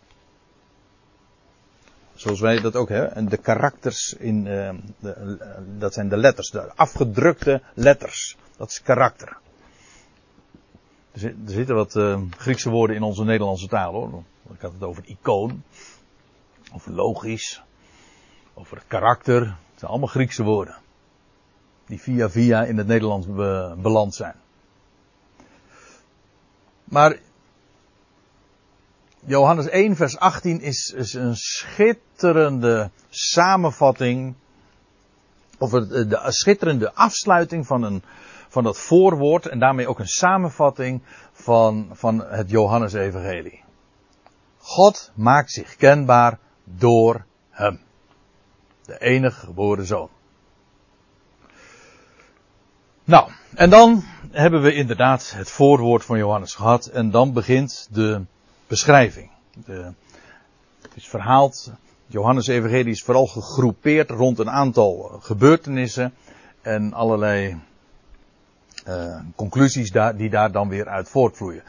Zoals wij dat ook hebben. En de karakters, in, uh, de, uh, dat zijn de letters, de afgedrukte letters. Dat is karakter. Er, zit, er zitten wat uh, Griekse woorden in onze Nederlandse taal hoor. Ik had het over icoon, over logisch. Over het karakter. Het zijn allemaal Griekse woorden. Die via via in het Nederlands be, beland zijn. Maar Johannes één vers achttien is, is een schitterende samenvatting. Of de, de schitterende afsluiting van, een, van dat voorwoord. En daarmee ook een samenvatting van, van het Johannes evangelie. God maakt zich kenbaar door hem. De enige geboren zoon. Nou, en dan hebben we inderdaad het voorwoord van Johannes gehad. En dan begint de beschrijving. De, het is verhaald. Johannes evangelie is vooral gegroepeerd rond een aantal gebeurtenissen. En allerlei uh, conclusies daar, die daar dan weer uit voortvloeien.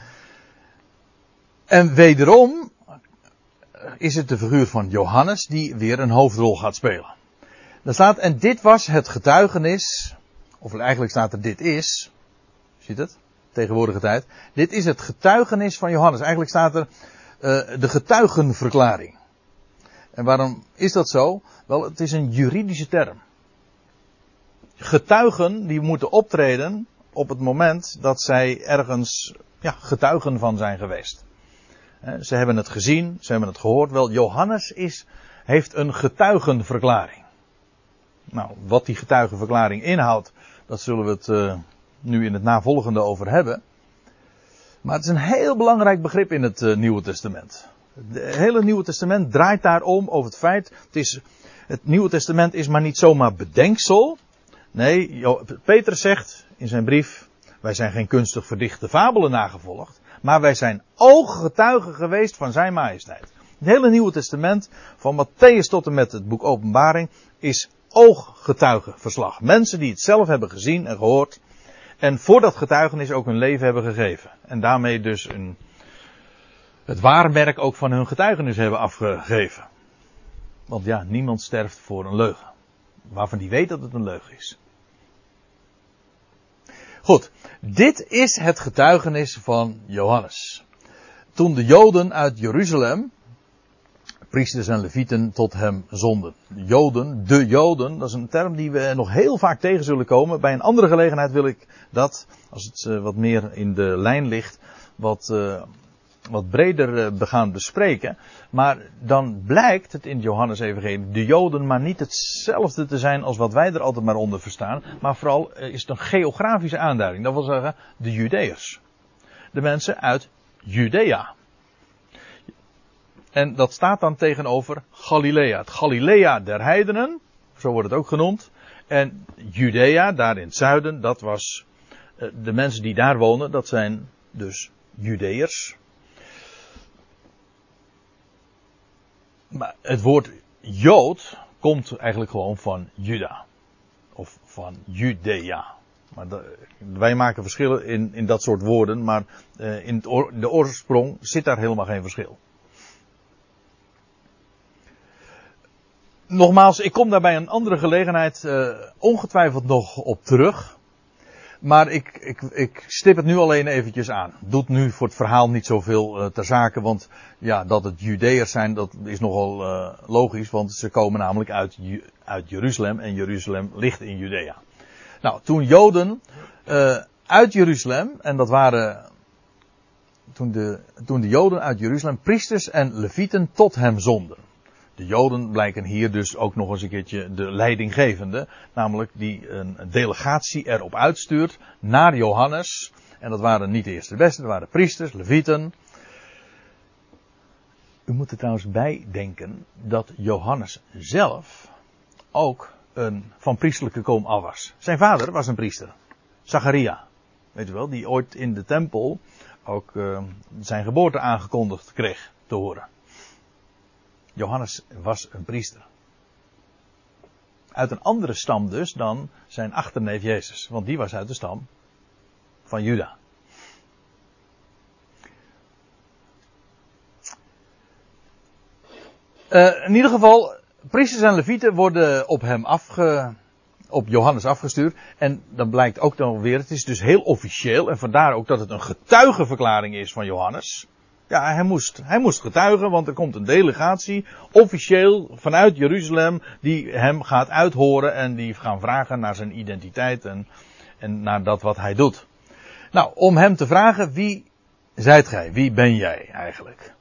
En wederom is het de figuur van Johannes die weer een hoofdrol gaat spelen. Daar staat, en dit was het getuigenis, of eigenlijk staat er dit is, ziet het, tegenwoordige tijd, dit is het getuigenis van Johannes. Eigenlijk staat er uh, de getuigenverklaring. En waarom is dat zo? Wel, het is een juridische term. Getuigen die moeten optreden op het moment dat zij ergens ja, getuigen van zijn geweest. Ze hebben het gezien, ze hebben het gehoord. Wel, Johannes is, heeft een getuigenverklaring. Nou, wat die getuigenverklaring inhoudt, dat zullen we het uh, nu in het navolgende over hebben. Maar het is een heel belangrijk begrip in het uh, Nieuwe Testament. Het hele Nieuwe Testament draait daarom over het feit, het, is, het Nieuwe Testament is maar niet zomaar bedenksel. Nee, Jo, Petrus zegt in zijn brief, wij zijn geen kunstig verdichte fabelen nagevolgd. Maar wij zijn ooggetuigen geweest van zijn majesteit. Het hele Nieuwe Testament, van Mattheüs tot en met het boek Openbaring, is ooggetuigenverslag. Mensen die het zelf hebben gezien en gehoord. En voor dat getuigenis ook hun leven hebben gegeven. En daarmee dus een, het waarmerk ook van hun getuigenis hebben afgegeven. Want ja, niemand sterft voor een leugen. Waarvan die weet dat het een leugen is. Goed, dit is het getuigenis van Johannes. Toen de Joden uit Jeruzalem, priesters en levieten, tot hem zonden. Joden, de Joden, dat is een term die we nog heel vaak tegen zullen komen. Bij een andere gelegenheid wil ik dat, als het uh, wat meer in de lijn ligt, wat, uh, wat breder uh, gaan bespreken. Maar dan blijkt het in het Johannes-evangelie de Joden maar niet hetzelfde te zijn als wat wij er altijd maar onder verstaan. Maar vooral uh, is het een geografische aanduiding. Dat wil zeggen de Judeërs. De mensen uit Judea. En dat staat dan tegenover Galilea. Het Galilea der heidenen, zo wordt het ook genoemd. En Judea, daar in het zuiden, dat was uh, de mensen die daar wonen, dat zijn dus Judeërs. Maar het woord Jood komt eigenlijk gewoon van Juda. Of van Judea. Maar de, wij maken verschillen in, in dat soort woorden, maar uh, in het oor, de oorsprong zit daar helemaal geen verschil. Nogmaals, ik kom daar bij een andere gelegenheid uh, ongetwijfeld nog op terug. Maar ik, ik, ik stip het nu alleen eventjes aan. Doet nu voor het verhaal niet zoveel uh, ter zake. Want ja, dat het Judeërs zijn, dat is nogal uh, logisch. Want ze komen namelijk uit, uit Jeruzalem. En Jeruzalem ligt in Judea. Nou, toen Joden uh, uit Jeruzalem, en dat waren toen de, toen de Joden uit Jeruzalem priesters en levieten tot hem zonden. De Joden blijken hier dus ook nog eens een keertje de leidinggevende. Namelijk die een delegatie erop uitstuurt naar Johannes. En dat waren niet de eerste de beste, dat waren priesters, levieten. U moet er trouwens bij denken dat Johannes zelf ook een van priesterlijke kom af was. Zijn vader was een priester. Zacharia. Weet u wel, die ooit in de tempel ook uh, zijn geboorte aangekondigd kreeg te horen. Johannes was een priester. Uit een andere stam dus dan zijn achterneef Jezus. Want die was uit de stam van Juda. Uh, in ieder geval, priesters en levieten worden op hem afge, op Johannes afgestuurd. En dan blijkt ook dan weer, het is dus heel officieel. En vandaar ook dat het een getuigenverklaring is van Johannes. Ja, hij moest, hij moest getuigen, want er komt een delegatie, officieel vanuit Jeruzalem, die hem gaat uithoren en die gaan vragen naar zijn identiteit en, en naar dat wat hij doet. Nou, om hem te vragen, wie zijt gij? Wie ben jij eigenlijk?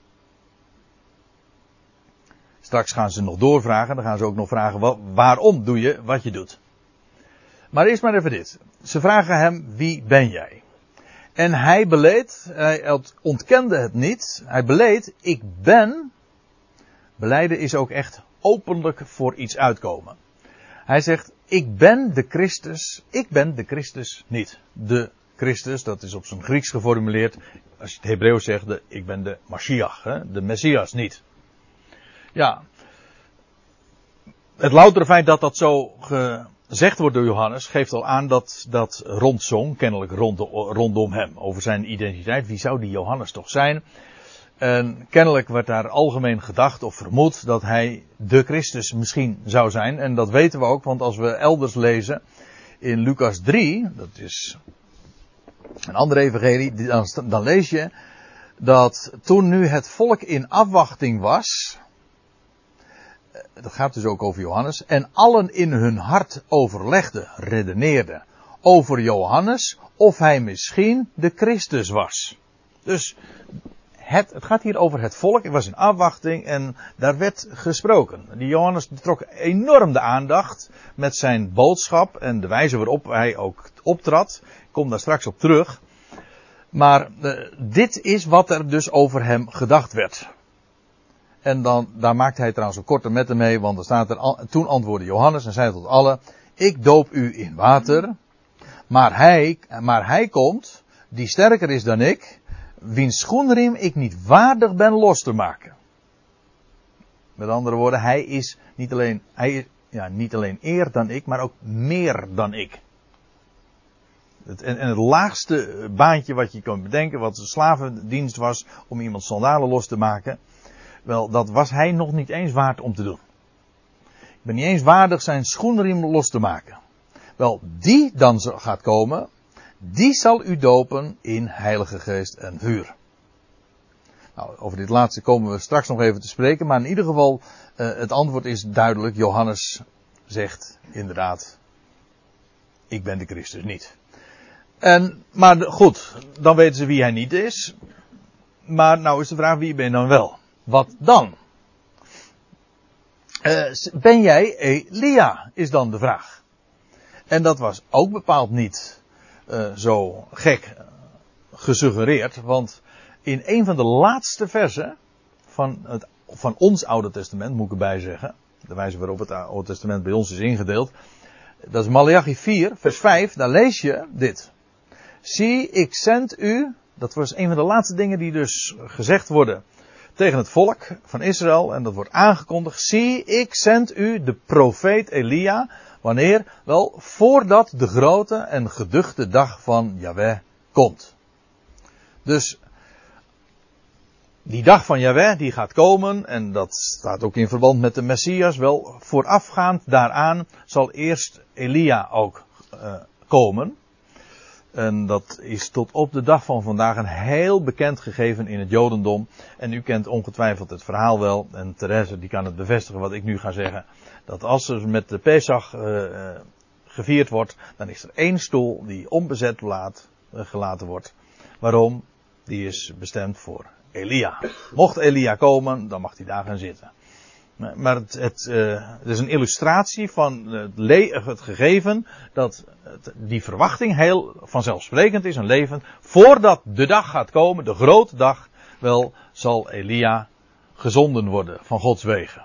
Straks gaan ze nog doorvragen, dan gaan ze ook nog vragen, wat, waarom doe je wat je doet? Maar eerst maar even dit. Ze vragen hem, wie ben jij? En hij beleed, hij ontkende het niet, hij beleed, ik ben, belijden is ook echt openlijk voor iets uitkomen. Hij zegt, ik ben de Christus, ik ben de Christus niet. De Christus, dat is op zijn Grieks geformuleerd, als je het Hebreeuws zegt, de, ik ben de Mashiach, hè, de Messias niet. Ja, het loutere feit dat dat zo ge, gezegd wordt door Johannes, geeft al aan dat dat rondzong, kennelijk rond, rondom hem, over zijn identiteit. Wie zou die Johannes toch zijn? En kennelijk werd daar algemeen gedacht of vermoed dat hij de Christus misschien zou zijn. En dat weten we ook, want als we elders lezen in Lucas drie, dat is een andere evangelie, dan, dan lees je dat toen nu het volk in afwachting was, dat gaat dus ook over Johannes, en allen in hun hart overlegden, redeneerden over Johannes of hij misschien de Christus was. Dus het, het gaat hier over het volk, het was in afwachting en daar werd gesproken. Die Johannes trok enorm de aandacht met zijn boodschap en de wijze waarop hij ook optrad. Ik kom daar straks op terug. Maar uh, dit is wat er dus over hem gedacht werd. En dan, daar maakt hij trouwens een korte metten mee, want er staat er, toen antwoordde Johannes en zei tot allen, ik doop u in water, maar hij, maar hij komt, die sterker is dan ik, wiens schoenriem ik niet waardig ben los te maken. Met andere woorden, hij is niet alleen, hij is, ja, niet alleen eer dan ik, maar ook meer dan ik. Het, en, en het laagste baantje wat je kunt bedenken, wat een slavendienst was om iemand sandalen los te maken, wel, dat was hij nog niet eens waard om te doen. ben niet eens waardig zijn schoenriem los te maken. Wel, die dan gaat komen, die zal u dopen in Heilige Geest en vuur. Nou, over dit laatste komen we straks nog even te spreken, maar in ieder geval, uh, het antwoord is duidelijk. Johannes zegt inderdaad, ik ben de Christus niet. En, maar goed, dan weten ze wie hij niet is. Maar nou is de vraag, wie ben je dan wel? Wat dan? Uh, ben jij Elia, is dan de vraag. En dat was ook bepaald niet uh, zo gek gesuggereerd, want in een van de laatste versen van, het, van ons Oude Testament, moet ik erbij zeggen, de wijze waarop het Oude Testament bij ons is ingedeeld, dat is Maleachi vier, vers vijf, daar lees je dit. Zie, ik zend u, dat was een van de laatste dingen die dus gezegd worden tegen het volk van Israël, en dat wordt aangekondigd. Zie, ik zend u de profeet Elia, wanneer? Wel, voordat de grote en geduchte dag van Jahweh komt. Dus die dag van Jahweh, die gaat komen, en dat staat ook in verband met de Messias, wel, voorafgaand daaraan zal eerst Elia ook uh, komen. En dat is tot op de dag van vandaag een heel bekend gegeven in het Jodendom. En u kent ongetwijfeld het verhaal wel, en Therese die kan het bevestigen wat ik nu ga zeggen. Dat als er met de Pesach uh, uh, gevierd wordt, dan is er één stoel die onbezet laat, uh, gelaten wordt. Waarom? Die is bestemd voor Elia. Mocht Elia komen, dan mag hij daar gaan zitten. Maar het, het, uh, het is een illustratie van het, le- het gegeven dat het, die verwachting heel vanzelfsprekend is, een leven. Voordat de dag gaat komen, de grote dag, wel zal Elia gezonden worden van Gods wegen.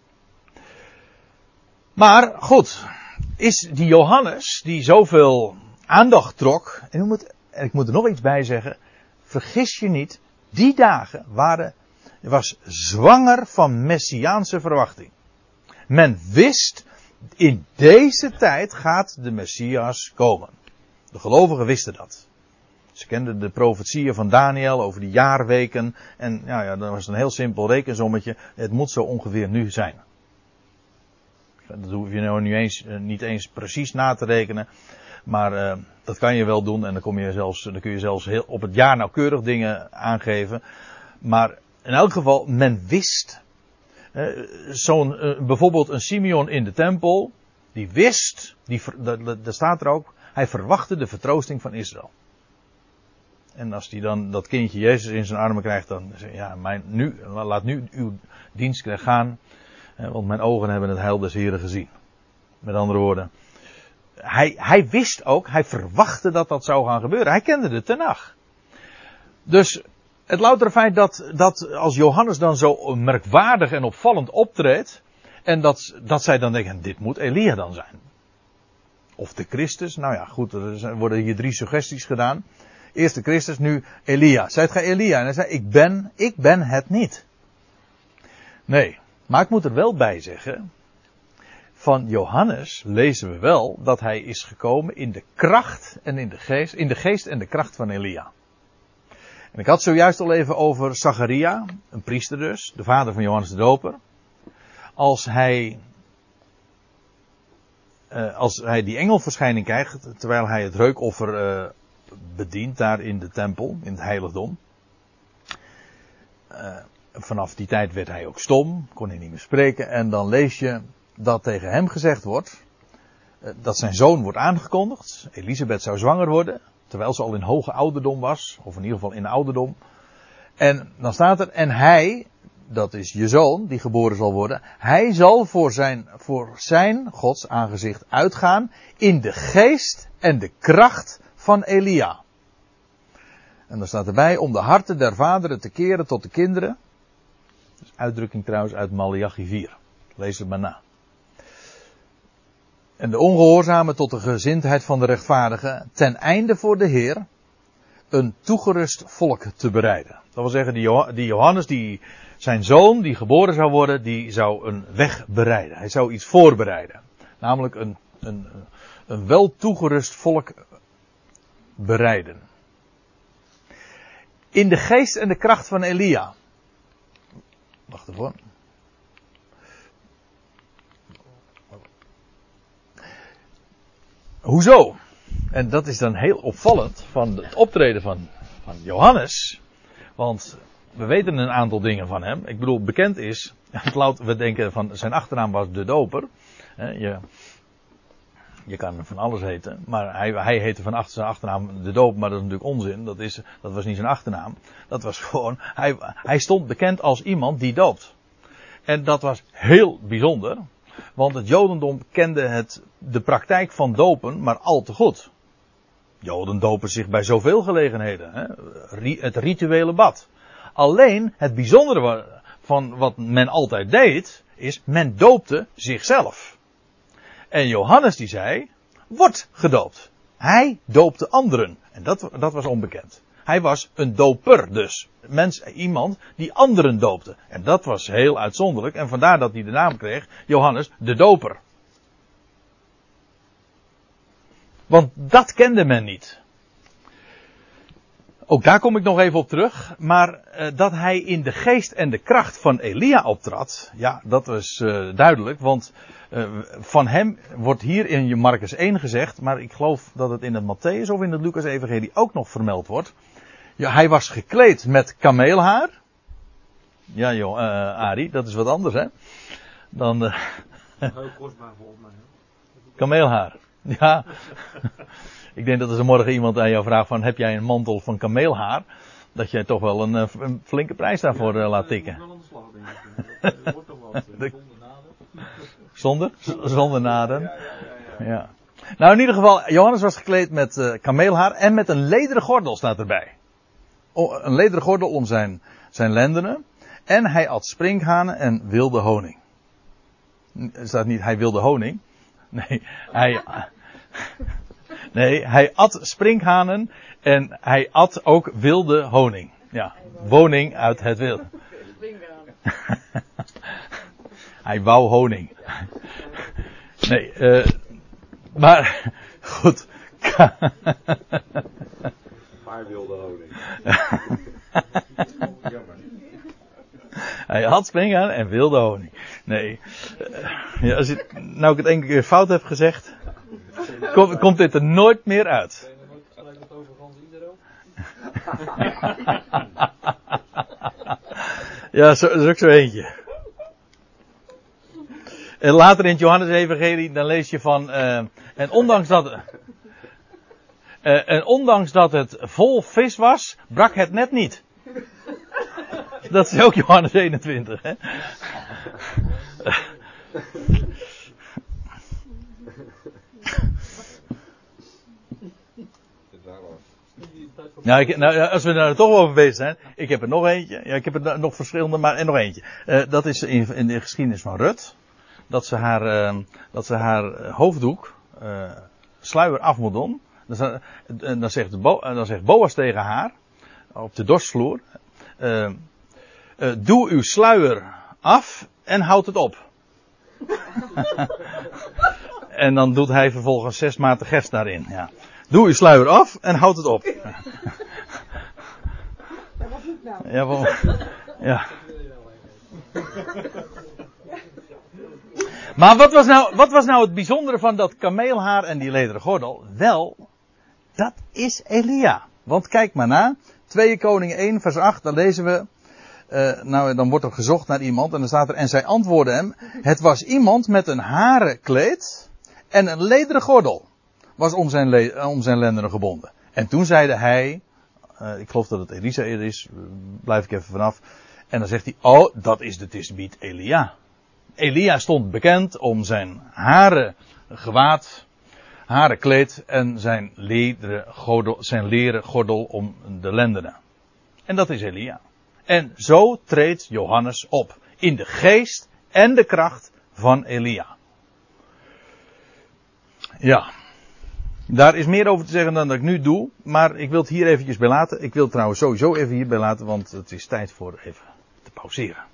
Maar goed, is die Johannes die zoveel aandacht trok, en, moet, en ik moet er nog iets bij zeggen, vergis je niet, die dagen waren, was zwanger van messiaanse verwachting. Men wist, in deze tijd gaat de Messias komen. De gelovigen wisten dat. Ze kenden de profetieën van Daniel over de jaarweken. En ja, ja, dat was een heel simpel rekensommetje. Het moet zo ongeveer nu zijn. Dat hoef je nou niet eens, niet eens precies na te rekenen. Maar uh, dat kan je wel doen. En dan, kom je zelfs, dan kun je zelfs heel op het jaar nauwkeurig dingen aangeven. Maar in elk geval, men wist. Uh, zo'n, uh, bijvoorbeeld een Simeon in de tempel. Die wist, die, daar staat er ook, hij verwachtte de vertroosting van Israël. En als hij dan dat kindje Jezus in zijn armen krijgt, dan zeg je, ja, mijn, nu, laat nu uw dienstknecht gaan. Uh, want mijn ogen hebben het heil des Heren gezien. Met andere woorden. Hij, hij wist ook, hij verwachtte dat dat zou gaan gebeuren. Hij kende de Tenach. Dus het loutere feit dat, dat als Johannes dan zo merkwaardig en opvallend optreedt. En dat, dat zij dan denken, dit moet Elia dan zijn. Of de Christus. Nou ja, goed, er worden hier drie suggesties gedaan. Eerst de Christus, nu Elia. Zijt gij Elia? En hij zei, ik ben, ik ben het niet. Nee, maar ik moet er wel bij zeggen. Van Johannes lezen we wel dat hij is gekomen in de kracht en in de geest, in de geest en de kracht van Elia. En ik had zojuist al even over Zacharia, een priester dus, de vader van Johannes de Doper. Als hij, uh, als hij die engelverschijning krijgt, terwijl hij het reukoffer uh, bedient daar in de tempel, in het heiligdom. Uh, vanaf die tijd werd hij ook stom, kon hij niet meer spreken. En dan lees je dat tegen hem gezegd wordt, uh, dat zijn zoon wordt aangekondigd. Elisabeth zou zwanger worden, terwijl ze al in hoge ouderdom was, of in ieder geval in ouderdom. En dan staat er, en hij, dat is je zoon, die geboren zal worden, hij zal voor zijn, voor zijn Gods aangezicht uitgaan in de geest en de kracht van Elia. En dan staat erbij, om de harten der vaderen te keren tot de kinderen. Dat is uitdrukking trouwens uit Maleachi vier. Lees het maar na. En de ongehoorzamen tot de gezindheid van de rechtvaardigen, ten einde voor de Heer een toegerust volk te bereiden. Dat wil zeggen, die Johannes, die, zijn zoon, die geboren zou worden, die zou een weg bereiden. Hij zou iets voorbereiden. Namelijk een, een, een wel toegerust volk bereiden. In de geest en de kracht van Elia. Wacht even. Hoezo? En dat is dan heel opvallend van het optreden van, van Johannes. Want we weten een aantal dingen van hem. Ik bedoel, bekend is, we denken van zijn achternaam was de Doper. Je, je kan van alles heten, maar hij, hij heette van achter zijn achternaam de Doper, maar dat is natuurlijk onzin. Dat, is, dat was niet zijn achternaam. Dat was gewoon, hij, hij stond bekend als iemand die doopt. En dat was heel bijzonder. Want het Jodendom kende het, de praktijk van dopen maar al te goed. Joden dopen zich bij zoveel gelegenheden. Hè? Het rituele bad. Alleen het bijzondere van wat men altijd deed, is men doopte zichzelf. En Johannes die zei, wordt gedoopt. Hij doopte anderen. En dat, dat was onbekend. Hij was een doper dus. Mens, iemand die anderen doopte. En dat was heel uitzonderlijk. En vandaar dat hij de naam kreeg, Johannes de Doper. Want dat kende men niet. Ook daar kom ik nog even op terug. Maar uh, dat hij in de geest en de kracht van Elia optrad. Ja, dat was uh, duidelijk. Want uh, van hem wordt hier in Marcus één gezegd. Maar ik geloof dat het in het Matthäus of in het Lucas evangelie ook nog vermeld wordt. Ja, hij was gekleed met kameelhaar. Ja joh, uh, Arie, dat is wat anders hè. Dan uh, heel kostbaar volgens mij. Kameelhaar. Ja. Ik denk dat als er morgen iemand aan jou vraagt van heb jij een mantel van kameelhaar, dat jij toch wel een, een flinke prijs daarvoor ja, uh, laat tikken. Wel aan de slag, denk ik. Dat wordt toch wat uh, de... zonder naden. Zonder? Zonder naden. Ja, ja, ja, ja. Ja. Nou in ieder geval, Johannes was gekleed met uh, kameelhaar en met een lederen gordel staat erbij. O, een lederen gordel om zijn, zijn lendenen. En hij at sprinkhanen en wilde honing. Er staat niet hij wilde honing. Nee, hij... Nee, hij at sprinkhanen en hij at ook wilde honing. Ja, woning uit het wild. Hij wou honing. Nee, uh, maar goed. Maar wilde honing. Hij had sprinkhanen en wilde honing. Nee, uh, ja, als ik, nou ik het enkele keer fout heb gezegd, Kom, komt dit er nooit meer uit. Ben je nooit gelijk wat over Hans Ieder ook? Ja, zo, dat is ook zo eentje. En later in het Johannes-evangelie, dan lees je van, uh, en ondanks dat, uh, en ondanks dat het vol vis was, brak het net niet. Dat is ook Johannes eenentwintig, hè. Nou, ik, nou, als we er toch over bezig zijn. Ik heb er nog eentje. Ja, ik heb er nog verschillende, maar en nog eentje. Uh, dat is in, in de geschiedenis van Rut. Dat ze haar, uh, dat ze haar hoofddoek, uh, sluier af moet doen. Dan, uh, dan, zegt Bo, uh, dan zegt Boas tegen haar, op de dorsvloer. Uh, uh, doe uw sluier af en houd het op. En dan doet hij vervolgens zes maten gerst daarin. Ja. Doe uw sluier af en houd het op. Ja, wel, ja. Maar wat was, nou, wat was nou het bijzondere van dat kameelhaar en die lederen gordel? Wel, dat is Elia. Want kijk maar na. Tweede Koningen één vers acht, dan lezen we. Uh, nou, dan wordt er gezocht naar iemand en dan staat er. En zij antwoordden hem. Het was iemand met een haren kleed en een lederen gordel. Was om zijn, le- om zijn lendenen gebonden. En toen zeide hij, uh, ik geloof dat het Elisa is, uh, blijf ik even vanaf. En dan zegt hij, oh, dat is de tisbiet Elia. Elia stond bekend om zijn haren gewaad, haren kleed en zijn lederen gordel, zijn leren gordel om de lendenen. En dat is Elia. En zo treedt Johannes op. In de geest en de kracht van Elia. Ja. Daar is meer over te zeggen dan dat ik nu doe. Maar ik wil het hier eventjes bij laten. Ik wil het trouwens sowieso even hierbij laten. Want het is tijd voor even te pauzeren.